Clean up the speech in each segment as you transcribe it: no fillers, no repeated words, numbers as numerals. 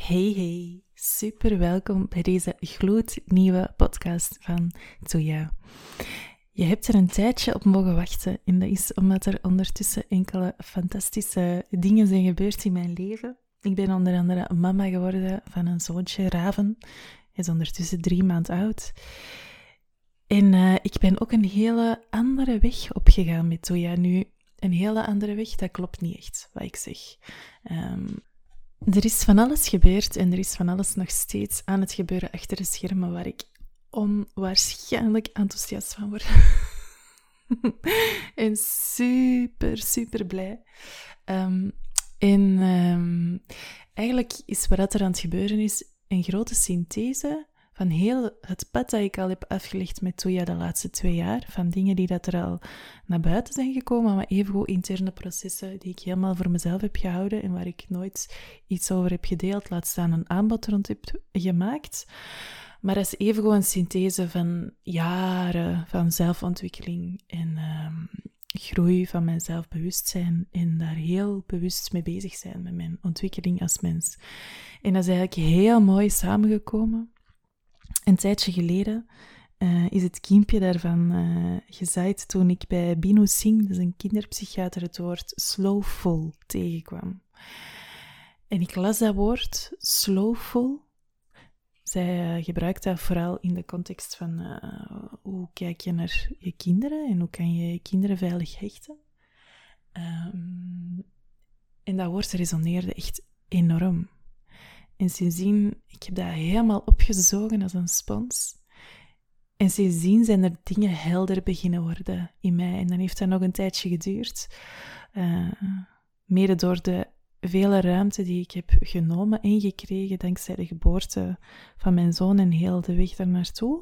Hey, super welkom bij deze gloednieuwe podcast van Toya. Je hebt er een tijdje op mogen wachten en dat is omdat er ondertussen enkele fantastische dingen zijn gebeurd in mijn leven. Ik ben onder andere mama geworden van een zoontje, Raven. Hij is ondertussen 3 maanden oud. En ik ben ook een hele andere weg opgegaan met Toya nu. Een hele andere weg, dat klopt niet echt, wat ik zeg. Er is van alles gebeurd en er is van alles nog steeds aan het gebeuren achter de schermen waar ik onwaarschijnlijk enthousiast van word. En super blij. Eigenlijk is wat er aan het gebeuren is een grote synthese van heel het pad dat ik al heb afgelegd met Toya de laatste 2 jaar. Van dingen die dat er al naar buiten zijn gekomen, maar evengoed interne processen die ik helemaal voor mezelf heb gehouden en waar ik nooit iets over heb gedeeld, laat staan een aanbod rond heb gemaakt. Maar dat is evengoed een synthese van jaren van zelfontwikkeling en groei van mijn zelfbewustzijn en daar heel bewust mee bezig zijn met mijn ontwikkeling als mens. En dat is eigenlijk heel mooi samengekomen. Een tijdje geleden is het kiempje daarvan gezaaid toen ik bij Binu Singh, dus een kinderpsychiater, het woord slowful tegenkwam. En ik las dat woord, slowful. Zij gebruikt dat vooral in de context van hoe kijk je naar je kinderen en hoe kan je je kinderen veilig hechten. En dat woord resoneerde echt enorm. En sindsdien, ik heb dat helemaal opgezogen als een spons. En sindsdien zijn er dingen helder beginnen worden in mij. En dan heeft dat nog een tijdje geduurd. Mede door de vele ruimte die ik heb genomen en gekregen dankzij de geboorte van mijn zoon en heel de weg daar naartoe.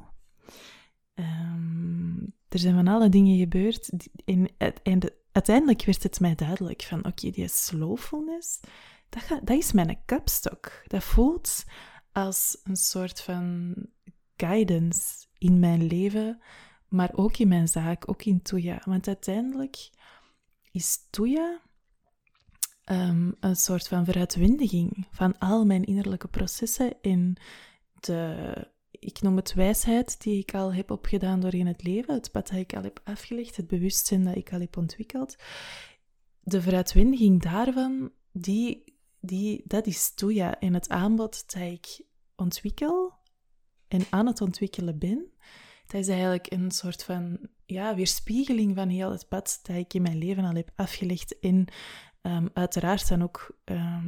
Er zijn van alle dingen gebeurd. En uiteindelijk werd het mij duidelijk van oké, die slowfulness, dat is mijn kapstok. Dat voelt als een soort van guidance in mijn leven, maar ook in mijn zaak, ook in Toya. Want uiteindelijk is Toya een soort van veruitwendiging van al mijn innerlijke processen en ik noem het wijsheid die ik al heb opgedaan door in het leven, het pad dat ik al heb afgelegd, het bewustzijn dat ik al heb ontwikkeld. De veruitwendiging daarvan, dat is Toya. En het aanbod dat ik ontwikkel en aan het ontwikkelen ben, dat is eigenlijk een soort van weerspiegeling van heel het pad dat ik in mijn leven al heb afgelegd. En uiteraard dan ook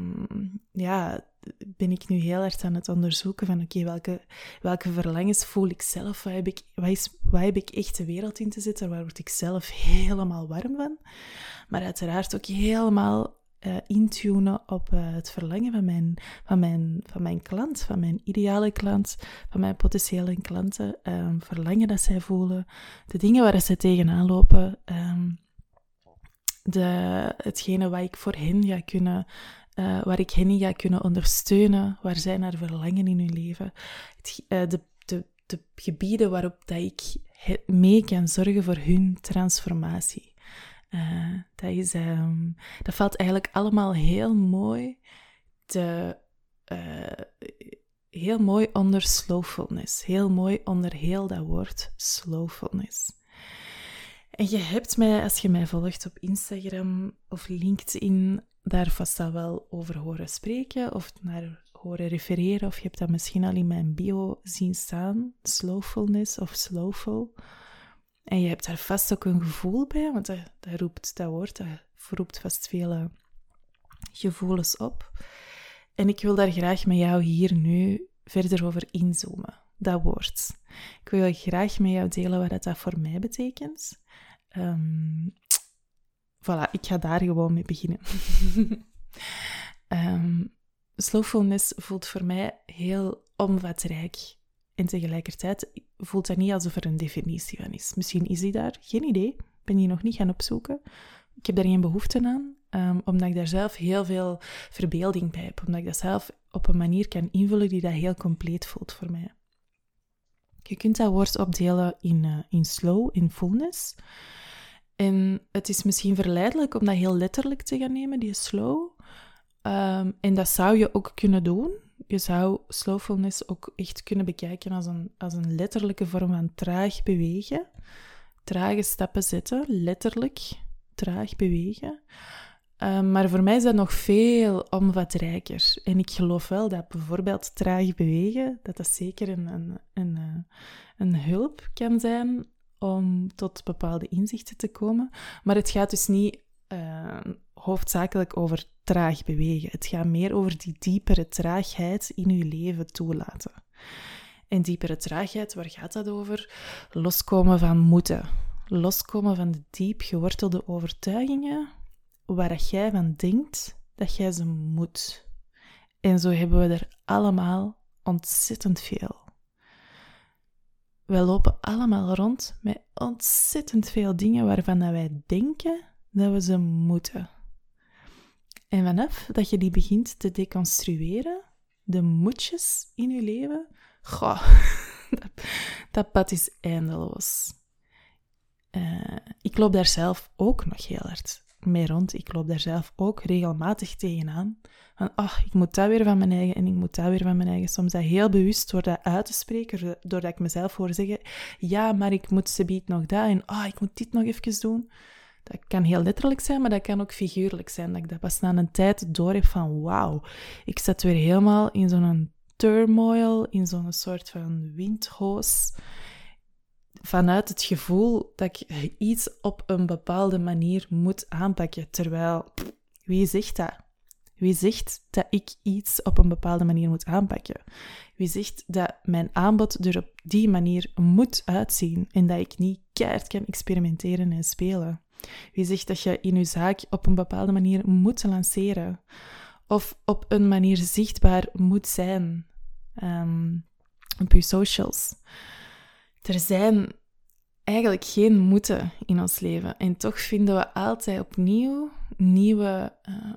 ben ik nu heel erg aan het onderzoeken van welke verlangens voel ik zelf, wat heb ik echt de wereld in te zetten, waar word ik zelf helemaal warm van. Maar uiteraard ook helemaal intunen op het verlangen van mijn klant, van mijn ideale klant, van mijn potentiële klanten, verlangen dat zij voelen, de dingen waar zij tegenaan lopen, hetgene wat ik voor hen ga kunnen, waar ik hen in ga kunnen ondersteunen, waar zij naar verlangen in hun leven, de gebieden waarop dat ik mee kan zorgen voor hun transformatie. Dat valt eigenlijk allemaal heel mooi heel mooi onder slowfulness. Heel mooi onder heel dat woord slowfulness. En je hebt mij, als je mij volgt op Instagram of LinkedIn, daar vast al wel over horen spreken of naar horen refereren. Of je hebt dat misschien al in mijn bio zien staan, slowfulness of slowful. En je hebt daar vast ook een gevoel bij, want dat roept vast vele gevoelens op. En ik wil daar graag met jou hier nu verder over inzoomen, dat woord. Ik wil graag met jou delen wat dat voor mij betekent. Voilà, ik ga daar gewoon mee beginnen. Slowfulness voelt voor mij heel omvatrijk. En tegelijkertijd voelt dat niet alsof er een definitie van is. Misschien is die daar, geen idee. Ik ben die nog niet gaan opzoeken. Ik heb daar geen behoefte aan, omdat ik daar zelf heel veel verbeelding bij heb. Omdat ik dat zelf op een manier kan invullen die dat heel compleet voelt voor mij. Je kunt dat woord opdelen in slow, in fullness. En het is misschien verleidelijk om dat heel letterlijk te gaan nemen, die slow. En dat zou je ook kunnen doen. je zou slowfulness ook echt kunnen bekijken als een letterlijke vorm van traag bewegen. Trage stappen zetten, letterlijk traag bewegen. Maar voor mij is dat nog veel omvatrijker. En ik geloof wel dat bijvoorbeeld traag bewegen, dat zeker een hulp kan zijn om tot bepaalde inzichten te komen. Maar het gaat dus niet hoofdzakelijk over traag bewegen. Het gaat meer over die diepere traagheid in je leven toelaten. En diepere traagheid, waar gaat dat over? Loskomen van moeten. Loskomen van de diep gewortelde overtuigingen waar jij van denkt dat jij ze moet. En zo hebben we er allemaal ontzettend veel. Wij lopen allemaal rond met ontzettend veel dingen waarvan wij denken dat we ze moeten. En vanaf dat je die begint te deconstrueren, de moetjes in je leven, dat pad is eindeloos. Ik loop daar zelf ook nog heel hard mee rond. Ik loop daar zelf ook regelmatig tegenaan. Van, ik moet dat weer van mijn eigen en ik moet dat weer van mijn eigen. Soms dat heel bewust door dat uit te spreken, doordat ik mezelf hoor zeggen, ja, maar ik moet subiet nog dat en ik moet dit nog even doen. Dat kan heel letterlijk zijn, maar dat kan ook figuurlijk zijn. Dat ik dat pas na een tijd door heb van, wauw, ik zat weer helemaal in zo'n turmoil, in zo'n soort van windhoos, vanuit het gevoel dat ik iets op een bepaalde manier moet aanpakken. Terwijl, wie zegt dat? Wie zegt dat ik iets op een bepaalde manier moet aanpakken? Wie zegt dat mijn aanbod er op die manier moet uitzien en dat ik niet keihard kan experimenteren en spelen? Wie zegt dat je in je zaak op een bepaalde manier moet lanceren? Of op een manier zichtbaar moet zijn op je socials? Er zijn eigenlijk geen moeten in ons leven. En toch vinden we altijd opnieuw nieuwe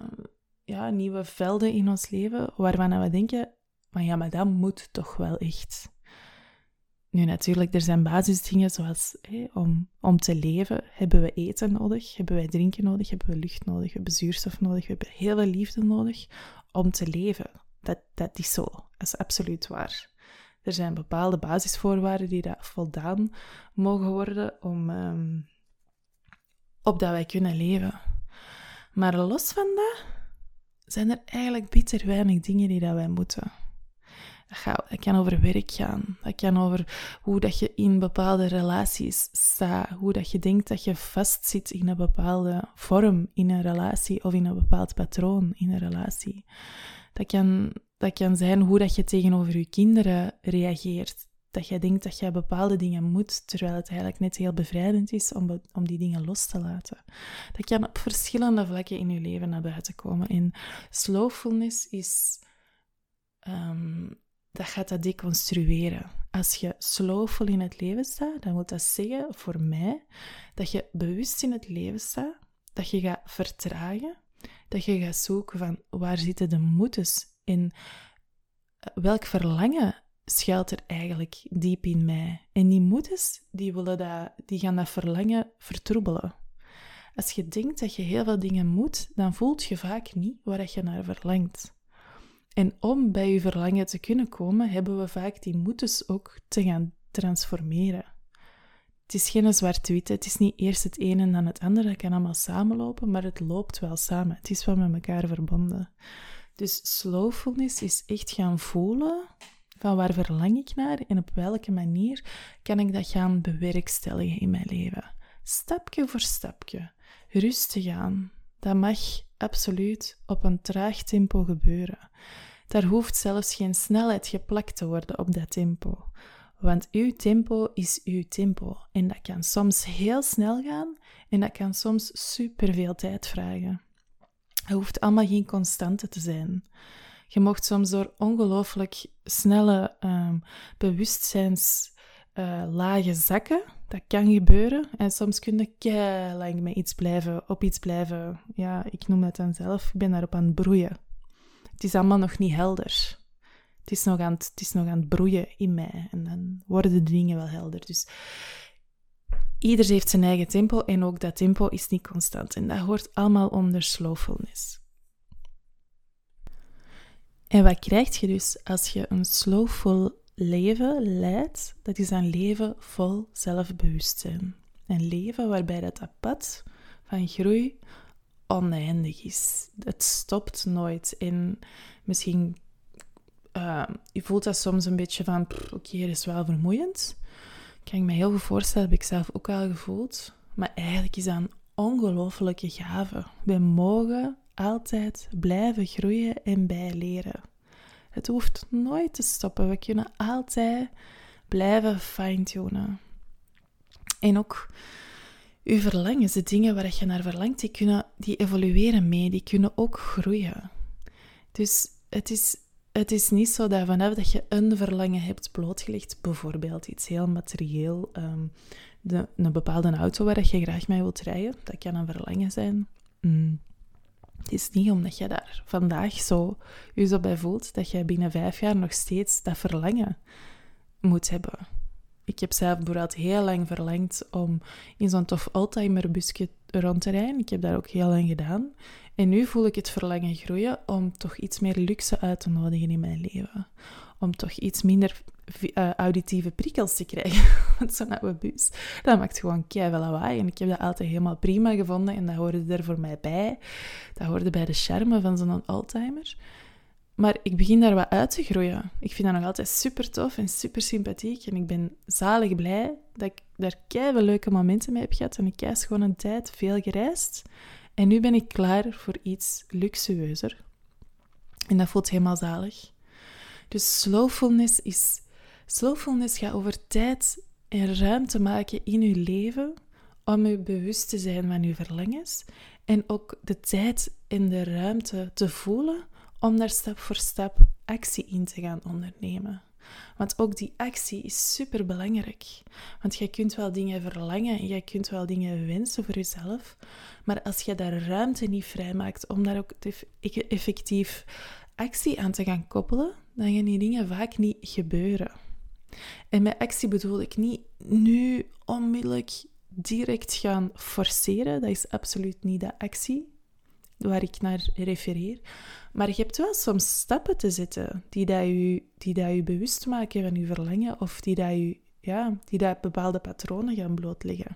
velden in ons leven waarvan we denken, maar dat moet toch wel echt. Nu natuurlijk, er zijn basisdingen zoals om te leven hebben we eten nodig, hebben wij drinken nodig, hebben we lucht nodig, we hebben zuurstof nodig, we hebben heel veel liefde nodig om te leven. Dat is zo, dat is absoluut waar. Er zijn bepaalde basisvoorwaarden die daar voldaan mogen worden om opdat wij kunnen leven. Maar los van dat zijn er eigenlijk bitter weinig dingen die dat wij moeten. Dat kan over werk gaan. Dat kan over hoe dat je in bepaalde relaties staat. Hoe dat je denkt dat je vastzit in een bepaalde vorm in een relatie of in een bepaald patroon in een relatie. Dat kan zijn hoe dat je tegenover je kinderen reageert. Dat jij denkt dat jij bepaalde dingen moet, terwijl het eigenlijk net heel bevrijdend is om die dingen los te laten. Dat kan op verschillende vlakken in je leven naar buiten komen. En slowfulness is... dat gaat dat deconstrueren. Als je slowful in het leven staat, dan wil dat zeggen, voor mij, dat je bewust in het leven staat, dat je gaat vertragen, dat je gaat zoeken van waar zitten de moetes en welk verlangen schuilt er eigenlijk diep in mij. En die moetes, die gaan dat verlangen vertroebelen. Als je denkt dat je heel veel dingen moet, dan voelt je vaak niet waar je naar verlangt. En om bij je verlangen te kunnen komen, hebben we vaak die moetes ook te gaan transformeren. Het is geen zwart-wit, het is niet eerst het ene en dan het andere, dat kan allemaal samenlopen, maar het loopt wel samen. Het is wel met elkaar verbonden. Dus slowfulness is echt gaan voelen van waar verlang ik naar en op welke manier kan ik dat gaan bewerkstelligen in mijn leven. Stapje voor stapje, rustig aan. Dat mag absoluut op een traag tempo gebeuren. Daar hoeft zelfs geen snelheid geplakt te worden op dat tempo. Want uw tempo is uw tempo. En dat kan soms heel snel gaan en dat kan soms superveel tijd vragen. Het hoeft allemaal geen constante te zijn. Je mocht soms door ongelooflijk snelle bewustzijnslagen zakken. Dat kan gebeuren. En soms kun je keilang met op iets blijven. Ja, ik noem het dan zelf. Ik ben daarop aan het broeien. Het is allemaal nog niet helder. Het is nog aan het broeien in mij. En dan worden de dingen wel helder. Dus ieder heeft zijn eigen tempo. En ook dat tempo is niet constant. En dat hoort allemaal onder slowfulness. En wat krijg je dus als je een slowful leven leidt? Dat is een leven vol zelfbewustzijn. Een leven waarbij dat pad van groei oneindig is. Het stopt nooit. En misschien je voelt dat soms een beetje van, oké, dat is wel vermoeiend. Kan ik me heel goed voorstellen, heb ik zelf ook al gevoeld. Maar eigenlijk is dat een ongelofelijke gave. We mogen altijd blijven groeien en bijleren. Het hoeft nooit te stoppen. We kunnen altijd blijven fine-tunen. En ook je verlangens, de dingen waar je naar verlangt, die evolueren mee. Die kunnen ook groeien. Dus het is niet zo dat vanaf dat je een verlangen hebt blootgelegd, bijvoorbeeld iets heel materieel, een bepaalde auto waar je graag mee wilt rijden, dat kan een verlangen zijn. Het is niet omdat je daar vandaag je zo bij voelt, dat je binnen 5 jaar nog steeds dat verlangen moet hebben. Ik heb zelf bijvoorbeeld heel lang verlangd om in zo'n tof oldtimerbusje rond te rijden. Ik heb dat ook heel lang gedaan. En nu voel ik het verlangen groeien om toch iets meer luxe uit te nodigen in mijn leven. Om toch iets minder auditieve prikkels te krijgen. Want zo'n oude bus, dat maakt gewoon keiveel lawaai. En ik heb dat altijd helemaal prima gevonden. En dat hoorde er voor mij bij. Dat hoorde bij de charme van zo'n oldtimer. Maar ik begin daar wat uit te groeien. Ik vind dat nog altijd super tof en super sympathiek. En ik ben zalig blij dat ik daar keiveel leuke momenten mee heb gehad. En ik heb gewoon een tijd veel gereisd. En nu ben ik klaar voor iets luxueuzer. En dat voelt helemaal zalig. Dus slowfulness gaat over tijd en ruimte maken in je leven om je bewust te zijn van je verlangens. En ook de tijd en de ruimte te voelen om daar stap voor stap actie in te gaan ondernemen. Want ook die actie is super belangrijk. Want jij kunt wel dingen verlangen en jij kunt wel dingen wensen voor jezelf. Maar als je daar ruimte niet vrijmaakt om daar ook effectief actie aan te gaan koppelen, dan gaan die dingen vaak niet gebeuren. En met actie bedoel ik niet nu onmiddellijk direct gaan forceren. Dat is absoluut niet de actie waar ik naar refereer. Maar je hebt wel soms stappen te zetten die dat je bewust maken van je verlangen of die dat bepaalde patronen gaan blootleggen.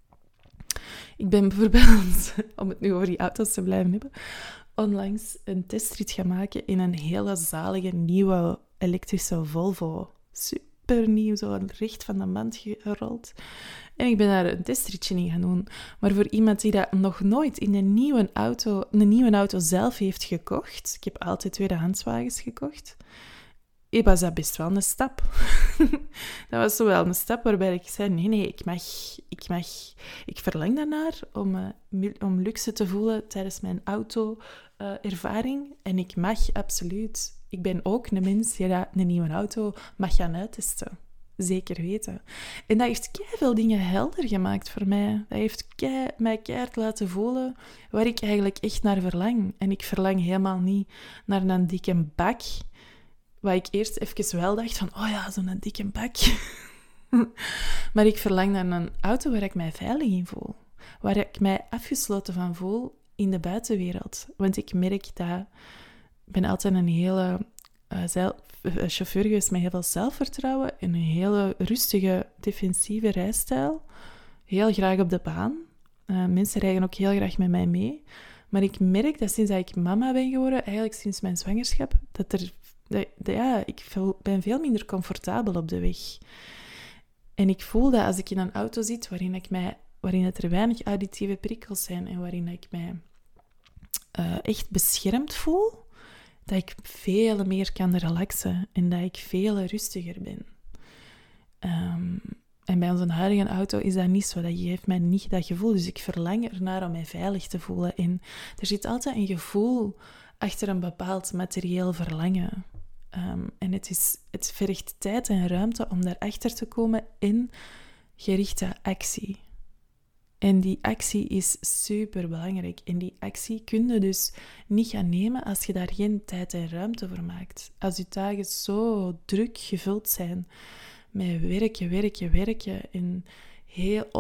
Ik ben bijvoorbeeld, om het nu over die auto's te blijven hebben, onlangs een testrit gaan maken in een hele zalige nieuwe elektrische Volvo. Super nieuw, zo recht van de band gerold. En ik ben daar een testritje in gaan doen. Maar voor iemand die dat nog nooit in een nieuwe auto zelf heeft gekocht, ik heb altijd tweedehandswagens gekocht, was dat best wel een stap. Dat was zo wel een stap waarbij ik zei, nee, ik verlang daarnaar om luxe te voelen tijdens mijn auto-ervaring. En ik mag absoluut. Ik ben ook een mens die een nieuwe auto mag gaan uittesten. Zeker weten. En dat heeft keiveel dingen helder gemaakt voor mij. Dat heeft mij keihard laten voelen waar ik eigenlijk echt naar verlang. En ik verlang helemaal niet naar een dikke bak. Waar ik eerst even wel dacht van, oh ja, zo'n dikke bak. Maar ik verlang naar een auto waar ik mij veilig in voel. Waar ik mij afgesloten van voel in de buitenwereld. Want ik merk dat... Ik ben altijd een hele chauffeur geweest met heel veel zelfvertrouwen en een hele rustige, defensieve rijstijl. Heel graag op de baan. Mensen rijden ook heel graag met mij mee. Maar ik merk dat sinds dat ik mama ben geworden, eigenlijk sinds mijn zwangerschap, ik ben veel minder comfortabel op de weg. En ik voel dat als ik in een auto zit waarin het er weinig auditieve prikkels zijn en waarin ik mij echt beschermd voel, dat ik veel meer kan relaxen en dat ik veel rustiger ben. En bij onze huidige auto is dat niet zo. Dat geeft mij niet dat gevoel. Dus ik verlang ernaar om mij veilig te voelen. En er zit altijd een gevoel achter een bepaald materieel verlangen. En het vergt tijd en ruimte om daarachter te komen in gerichte actie. En die actie is super belangrijk. En die actie kun je dus niet gaan nemen als je daar geen tijd en ruimte voor maakt. Als je dagen zo druk gevuld zijn met werken en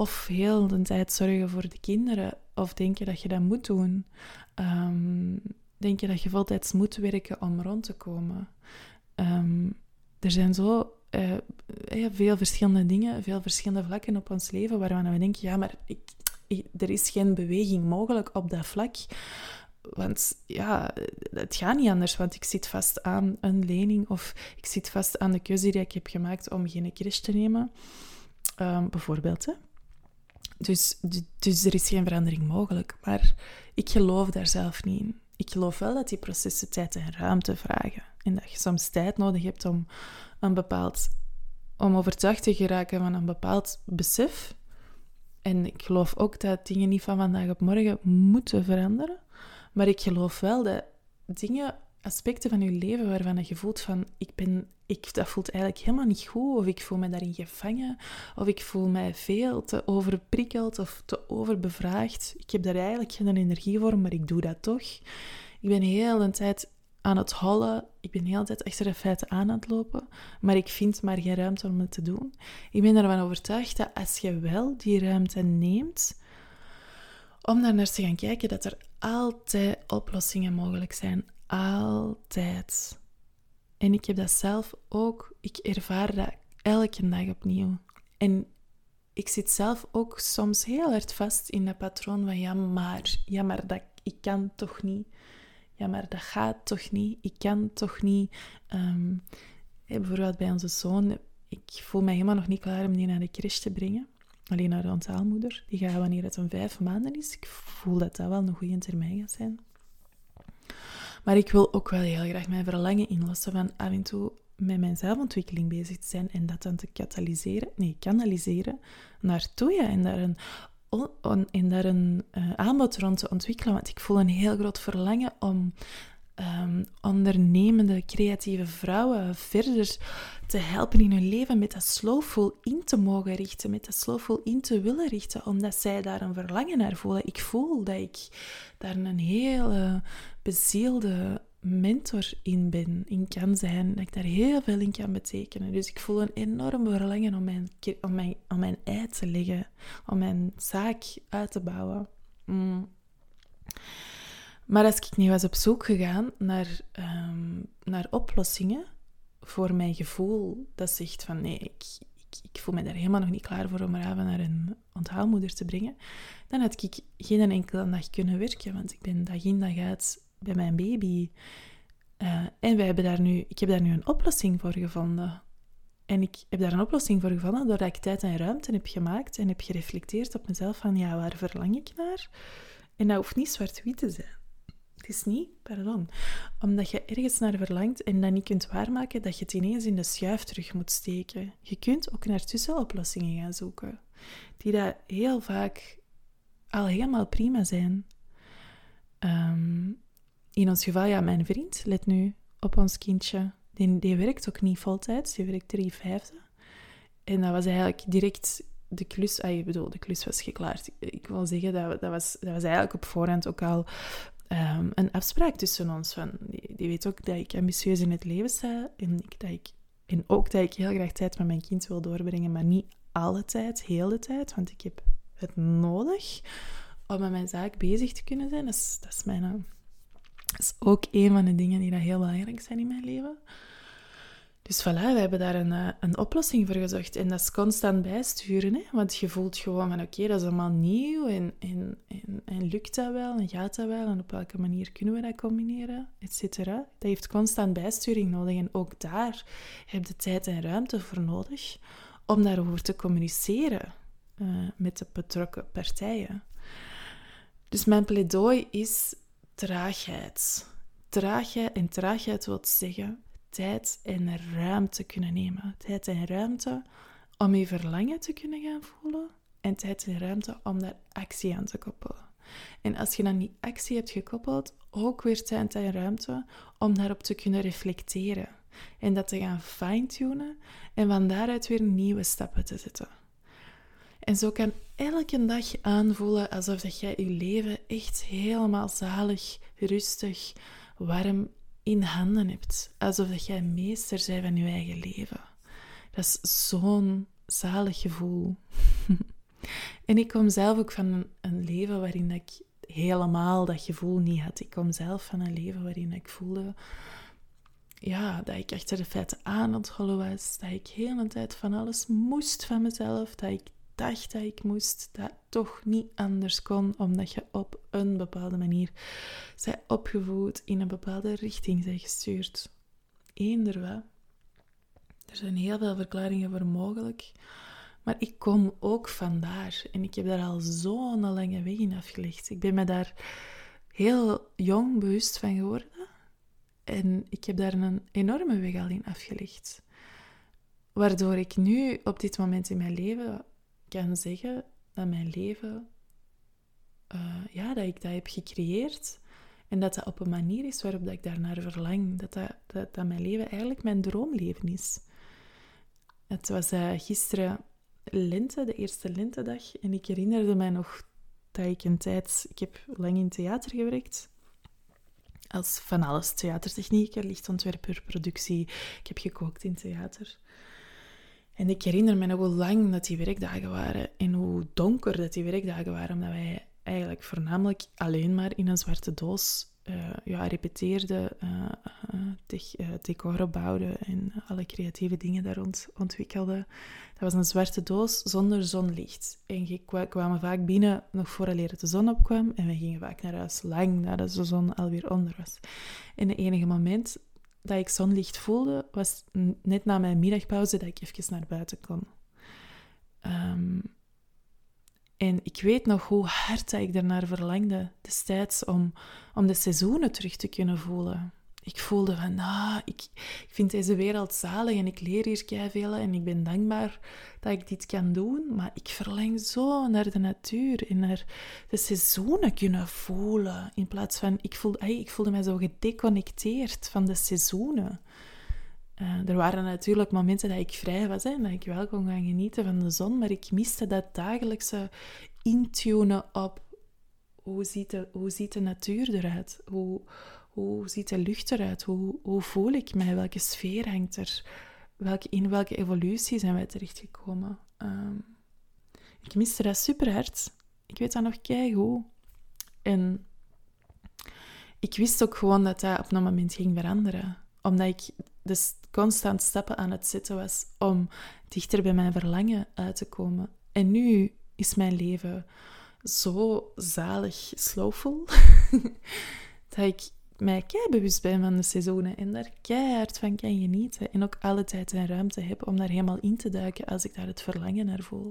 heel de tijd zorgen voor de kinderen of denken dat je dat moet doen. denken dat je voltijds moet werken om rond te komen. Er zijn zo veel verschillende dingen, veel verschillende vlakken op ons leven waarvan we denken, ja, maar er is geen beweging mogelijk op dat vlak. Want ja, het gaat niet anders, want ik zit vast aan een lening of ik zit vast aan de keuze die ik heb gemaakt om geen crash te nemen. Bijvoorbeeld, hè. Dus er is geen verandering mogelijk. Maar ik geloof daar zelf niet in. Ik geloof wel dat die processen tijd en ruimte vragen. En dat je soms tijd nodig hebt om overtuigd te geraken van een bepaald besef. En ik geloof ook dat dingen niet van vandaag op morgen moeten veranderen. Maar ik geloof wel dat aspecten van je leven waarvan je voelt van, dat voelt eigenlijk helemaal niet goed, of ik voel me daarin gevangen, of ik voel mij veel te overprikkeld of te overbevraagd. Ik heb daar eigenlijk geen energie voor, maar ik doe dat toch. Ik ben heel de tijd aan het hollen, ik ben heel de tijd achter de feiten aan het lopen, maar ik vind maar geen ruimte om het te doen. Ik ben ervan overtuigd dat als je wel die ruimte neemt, om daar naar te gaan kijken, dat er altijd oplossingen mogelijk zijn. Altijd. En ik heb dat zelf ook. Ik ervaar dat elke dag opnieuw. En ik zit zelf ook soms heel hard vast in dat patroon van ja, maar ik kan toch niet. Ja, maar dat gaat toch niet. Ik kan toch niet. Bijvoorbeeld bij onze zoon. Ik voel mij helemaal nog niet klaar om die naar de crash te brengen. Alleen naar de onthaalmoeder. Die gaat wanneer het 5 maanden is. Ik voel dat dat wel een goede termijn gaat zijn. Maar ik wil ook wel heel graag mijn verlangen inlossen van af en toe met mijn zelfontwikkeling bezig te zijn en dat dan te kanaliseren naartoe, ja, en daar een aanbod rond te ontwikkelen. Want ik voel een heel groot verlangen om ondernemende, creatieve vrouwen verder te helpen in hun leven met dat slowful in te mogen richten, met dat slowful in te willen richten, omdat zij daar een verlangen naar voelen. Ik voel dat ik daar een hele bezielde mentor in kan zijn, dat ik daar heel veel in kan betekenen. Dus ik voel een enorm verlangen om mijn ei te leggen, om mijn zaak uit te bouwen. Maar als ik nu was op zoek gegaan naar oplossingen voor mijn gevoel, dat zegt van nee, ik voel me daar helemaal nog niet klaar voor om Raven naar een onthaalmoeder te brengen, dan had ik geen enkele dag kunnen werken, want ik ben dag in dag uit bij mijn baby. En ik heb daar nu een oplossing voor gevonden. En ik heb daar een oplossing voor gevonden doordat ik tijd en ruimte heb gemaakt en heb gereflecteerd op mezelf van ja, waar verlang ik naar? En dat hoeft niet zwart-wit te zijn. Het is niet, omdat je ergens naar verlangt en dat niet kunt waarmaken, dat je het ineens in de schuif terug moet steken. Je kunt ook naar tussenoplossingen gaan zoeken, die dat heel vaak al helemaal prima zijn. In ons geval, ja, mijn vriend, let nu op ons kindje. Die werkt ook niet voltijds, die werkt 3/5. En dat was eigenlijk direct de klus. De klus was geklaard. Ik wil zeggen, dat was eigenlijk op voorhand ook al een afspraak tussen ons. Van, die weet ook dat ik ambitieus in het leven sta en ook dat ik heel graag tijd met mijn kind wil doorbrengen, maar niet alle tijd, heel de tijd, want ik heb het nodig om met mijn zaak bezig te kunnen zijn. Dat is ook een van de dingen die heel belangrijk zijn in mijn leven. Dus voilà, we hebben daar een oplossing voor gezocht. En dat is constant bijsturen, hè? Want je voelt gewoon van oké, dat is allemaal nieuw en lukt dat wel en gaat dat wel en op welke manier kunnen we dat combineren, et cetera. Dat heeft constant bijsturing nodig en ook daar heb je tijd en ruimte voor nodig om daarover te communiceren met de betrokken partijen. Dus mijn pleidooi is traagheid. Traagheid wil zeggen tijd en ruimte kunnen nemen. Tijd en ruimte om je verlangen te kunnen gaan voelen en tijd en ruimte om daar actie aan te koppelen. En als je dan die actie hebt gekoppeld, ook weer tijd en ruimte om daarop te kunnen reflecteren en dat te gaan fine-tunen en van daaruit weer nieuwe stappen te zetten. En zo kan elke dag aanvoelen alsof dat jij je leven echt helemaal zalig, rustig, warm in handen hebt. Alsof dat jij meester bent van je eigen leven. Dat is zo'n zalig gevoel. En ik kom zelf ook van een leven waarin ik helemaal dat gevoel niet had. Ik kom zelf van een leven waarin ik voelde dat ik achter de feiten aan het hollen was, dat ik heel de tijd van alles moest van mezelf, dat ik dacht dat ik moest, dat toch niet anders kon, omdat je op een bepaalde manier zij opgevoed, in een bepaalde richting zij gestuurd. Eender wat. Er zijn heel veel verklaringen voor mogelijk, maar ik kom ook vandaar en ik heb daar al zo'n lange weg in afgelegd. Ik ben me daar heel jong bewust van geworden en ik heb daar een enorme weg al in afgelegd. Waardoor ik nu op dit moment in mijn leven kan zeggen dat mijn leven, dat ik dat heb gecreëerd en dat dat op een manier is waarop dat ik daarnaar verlang. Dat mijn leven eigenlijk mijn droomleven is. Het was gisteren lente, de eerste lentedag, en ik herinnerde mij nog dat ik heb lang in theater gewerkt, als van alles, theatertechnieker, lichtontwerper, productie. Ik heb gekookt in theater. En ik herinner me nog hoe lang dat die werkdagen waren en hoe donker dat die werkdagen waren, omdat wij eigenlijk voornamelijk alleen maar in een zwarte doos repeteerden, decoren bouwden en alle creatieve dingen daar rond ontwikkelden. Dat was een zwarte doos zonder zonlicht. En we kwamen vaak binnen nog vooraleer de zon opkwam en we gingen vaak naar huis lang nadat de zon alweer onder was. En het enige moment dat ik zonlicht voelde, was net na mijn middagpauze dat ik even naar buiten kon. En ik weet nog hoe hard dat ik ernaar verlangde destijds om de seizoenen terug te kunnen voelen. Ik voelde van, ik vind deze wereld zalig en ik leer hier keiveel en ik ben dankbaar dat ik dit kan doen, maar ik verlang zo naar de natuur en naar de seizoenen kunnen voelen. In plaats van, ik voelde mij zo gedeconnecteerd van de seizoenen. Er waren natuurlijk momenten dat ik vrij was en dat ik wel kon gaan genieten van de zon, maar ik miste dat dagelijkse intunen op hoe ziet de natuur eruit, hoe ziet de lucht eruit, hoe voel ik mij, welke sfeer hangt er, in welke evolutie zijn wij terechtgekomen. Ik miste dat super hard. Ik weet dat nog keigoed. En ik wist ook gewoon dat dat op een moment ging veranderen, omdat ik dus constant stappen aan het zetten was om dichter bij mijn verlangen uit te komen. En nu is mijn leven zo zalig slowful dat ik mij keibewust ben van de seizoenen en daar keihard van kan genieten. En ook alle tijd en ruimte heb om daar helemaal in te duiken als ik daar het verlangen naar voel.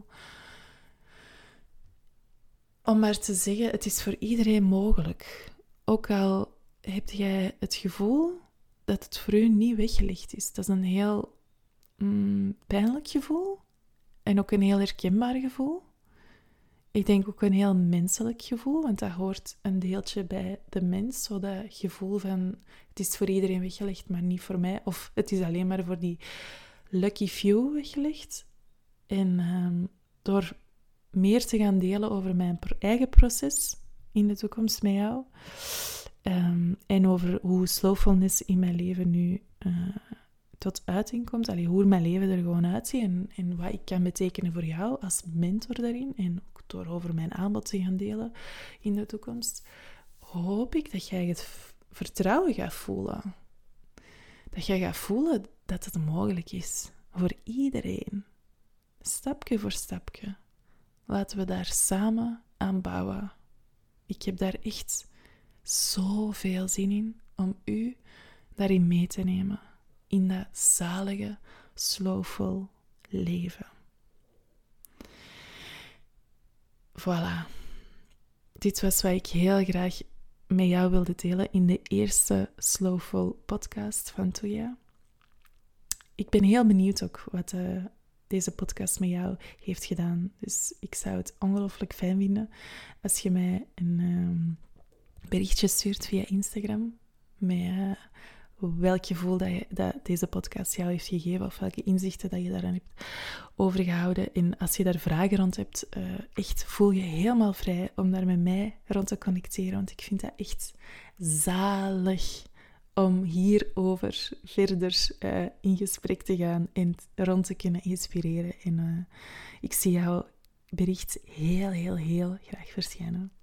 Om maar te zeggen, het is voor iedereen mogelijk. Ook al heb jij het gevoel dat het voor u niet weggelegd is. Dat is een heel pijnlijk gevoel. En ook een heel herkenbaar gevoel. Ik denk ook een heel menselijk gevoel, want dat hoort een deeltje bij de mens. Zo dat gevoel van, het is voor iedereen weggelegd, maar niet voor mij. Of het is alleen maar voor die lucky few weggelegd. En door meer te gaan delen over mijn eigen proces in de toekomst met jou. En over hoe slowfulness in mijn leven nu tot uiting komt. Hoe mijn leven er gewoon uitziet en wat ik kan betekenen voor jou als mentor daarin. En ook door over mijn aanbod te gaan delen in de toekomst. Hoop ik dat jij het vertrouwen gaat voelen. Dat jij gaat voelen dat het mogelijk is. Voor iedereen. Stapje voor stapje. Laten we daar samen aan bouwen. Ik heb daar echt zoveel zin in om u daarin mee te nemen. In dat zalige, slowful leven. Voilà. Dit was wat ik heel graag met jou wilde delen in de eerste Slowful podcast van Toya. Ik ben heel benieuwd ook wat deze podcast met jou heeft gedaan. Dus ik zou het ongelooflijk fijn vinden als je mij een berichtje stuurt via Instagram met welk gevoel dat deze podcast jou heeft gegeven of welke inzichten dat je daaraan hebt overgehouden. En als je daar vragen rond hebt, echt voel je helemaal vrij om daar met mij rond te connecteren, want ik vind dat echt zalig om hierover verder in gesprek te gaan en rond te kunnen inspireren. En ik zie jouw bericht heel, heel, heel graag verschijnen.